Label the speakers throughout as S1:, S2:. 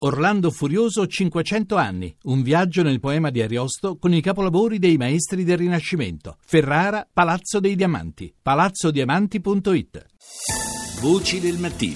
S1: Orlando Furioso 500 anni, un viaggio nel poema di Ariosto con i capolavori dei maestri del Rinascimento. Ferrara, Palazzo dei Diamanti, palazzodiamanti.it. Voci del mattino.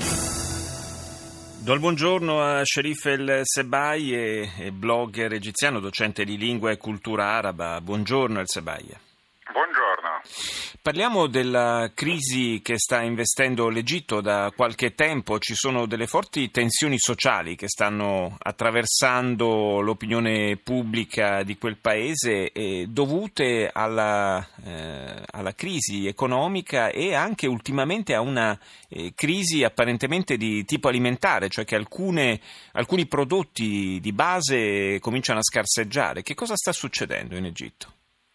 S2: Do il buongiorno a Sherif El Sebbai, blogger egiziano, docente di lingua e cultura araba. Buongiorno El Sebbai.
S3: Buongiorno.
S2: Parliamo della crisi che sta investendo l'Egitto da qualche tempo. Ci sono delle forti tensioni sociali che stanno attraversando l'opinione pubblica di quel paese, dovute alla crisi economica e anche ultimamente a una crisi apparentemente di tipo alimentare, cioè che alcuni prodotti di base cominciano a scarseggiare. Che cosa sta succedendo in Egitto?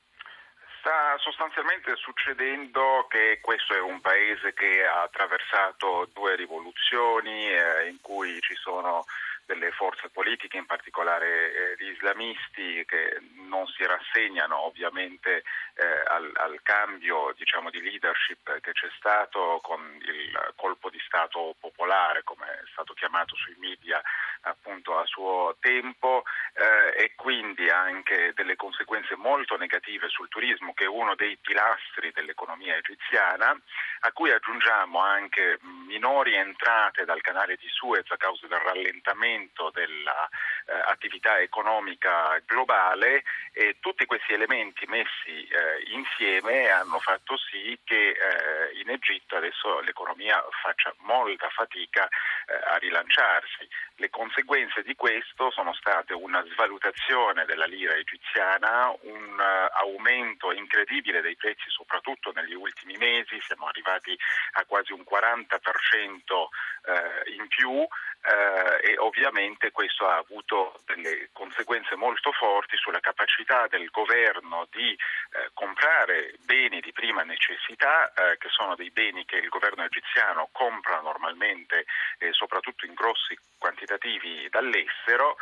S3: Sta sostanzialmente succedendo che questo è un paese che ha attraversato due rivoluzioni in cui ci sono delle forze politiche, in particolare gli islamisti, che non si rassegnano ovviamente al cambio, diciamo, di leadership che c'è stato con il colpo di Stato popolare, come è stato chiamato sui media appunto a suo tempo, e quindi anche delle conseguenze molto negative sul turismo, che è uno dei pilastri dell'economia egiziana, a cui aggiungiamo anche minori entrate dal canale di Suez a causa del rallentamento dell'attività economica globale, e tutti questi elementi messi insieme hanno fatto sì che in Egitto adesso l'economia faccia molta fatica a rilanciarsi. Le conseguenze di questo sono state una svalutazione della lira egiziana, un aumento incredibile dei prezzi soprattutto negli ultimi mesi, siamo arrivati a quasi un 40% in più, e ovviamente questo ha avuto delle conseguenze molto forti sulla capacità del governo di comprare beni di prima necessità, che sono dei beni che il governo egiziano compra normalmente soprattutto in grossi quantitativi dall'estero,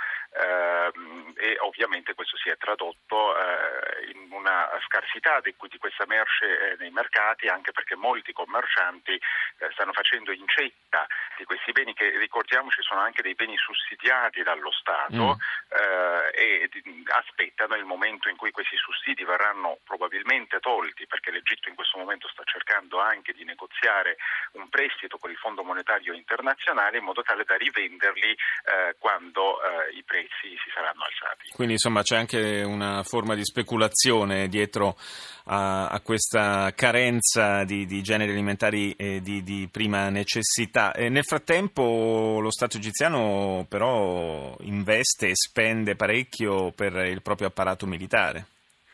S3: e ovviamente questo si è tradotto in una scarsità di questa merce nei mercati, anche perché molti commercianti stanno facendo incetta di questi beni, che ricordiamoci sono anche dei beni sussidiati dallo Stato, e aspettano il momento in cui questi sussidi verranno probabilmente tolti, perché l'Egitto in questo momento sta cercando anche di negoziare un prestito con il Fondo Monetario Internazionale in modo tale da rivenderli quando i prezzi si saranno alzati.
S2: Quindi insomma c'è anche una forma di speculazione dietro a questa carenza di generi alimentari di prima necessità. Nel frattempo lo Stato egiziano però investe e spende parecchio per il proprio apparato militare.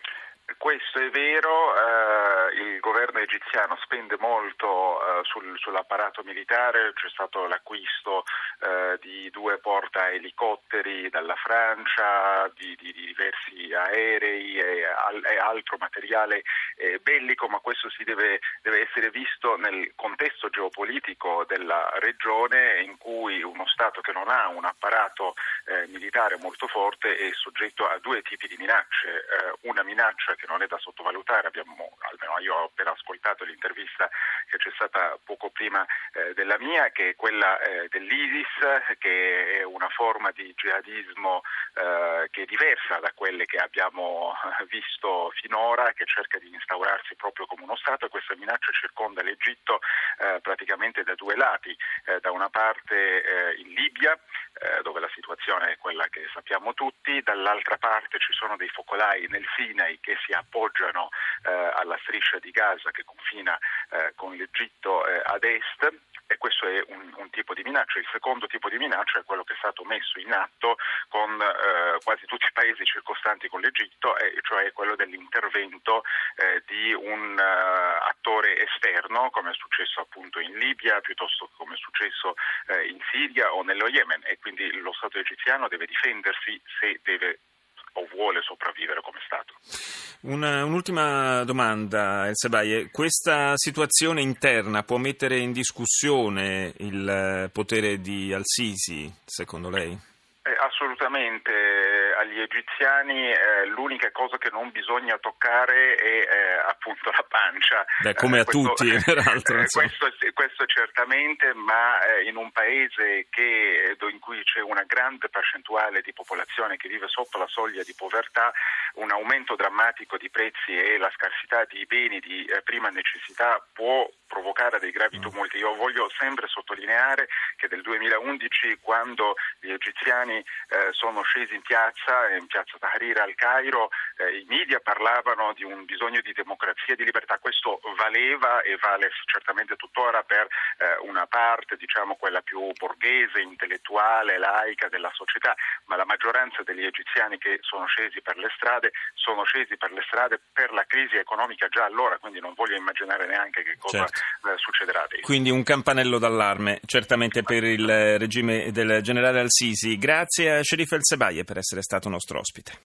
S3: Questo è vero, il governo egiziano spende molto sull'apparato militare, c'è stato l'acquisto di 2 portaelicotteri dalla Francia, di diversi aerei e altro materiale bellico, ma questo deve essere visto nel contesto geopolitico della regione, in cui uno Stato che non ha un apparato militare molto forte è soggetto a 2 tipi di minacce, una minaccia che non è da sottovalutare, almeno io ho appena ascoltato l'intervista che c'è stata poco prima della mia, che è quella dell'ISIS, che è una forma di jihadismo che è diversa da quelle che abbiamo visto finora, che cerca di instaurarsi proprio come uno Stato, e questa minaccia circonda l'Egitto praticamente da 2 lati. Da una parte in Libia, dove la situazione è quella che sappiamo tutti, dall'altra parte ci sono dei focolai nel Sinai che si appoggiano alla striscia di Gaza che confina con l'Egitto ad est, e questo è un tipo di minaccia. Il secondo tipo di minaccia è quello che è stato messo in atto con quasi tutti i paesi circostanti con l'Egitto, e cioè quello dell'intervento di un attore esterno, come è successo appunto in Libia, piuttosto che come è successo in Siria o nello Yemen, e quindi lo Stato egiziano deve difendersi se deve o vuole sopravvivere come Stato.
S2: Un'ultima domanda, El Sebbai. Questa situazione interna può mettere in discussione il potere di Al-Sisi, secondo lei?
S3: Assolutamente, agli egiziani l'unica cosa che non bisogna toccare è appunto la pancia.
S2: Come a tutti, peraltro.
S3: Questo certamente, ma in un paese in cui c'è una grande percentuale di popolazione che vive sotto la soglia di povertà, un aumento drammatico di prezzi e la scarsità di beni di prima necessità può provocare dei gravi tumulti. Io voglio sempre sottolineare che nel 2011, quando gli egiziani sono scesi in piazza Tahrir al Cairo, i media parlavano di un bisogno di democrazia e di libertà. Questo valeva e vale certamente tuttora per una parte, diciamo quella più borghese, intellettuale, laica della società, ma la maggioranza degli egiziani che sono scesi per le strade per la crisi economica già allora, quindi non voglio immaginare neanche che cosa succederà adesso.
S2: Quindi un campanello d'allarme certamente per il regime del generale al-Sisi. Grazie a Sherif El Sebaieh per essere stato nostro ospite.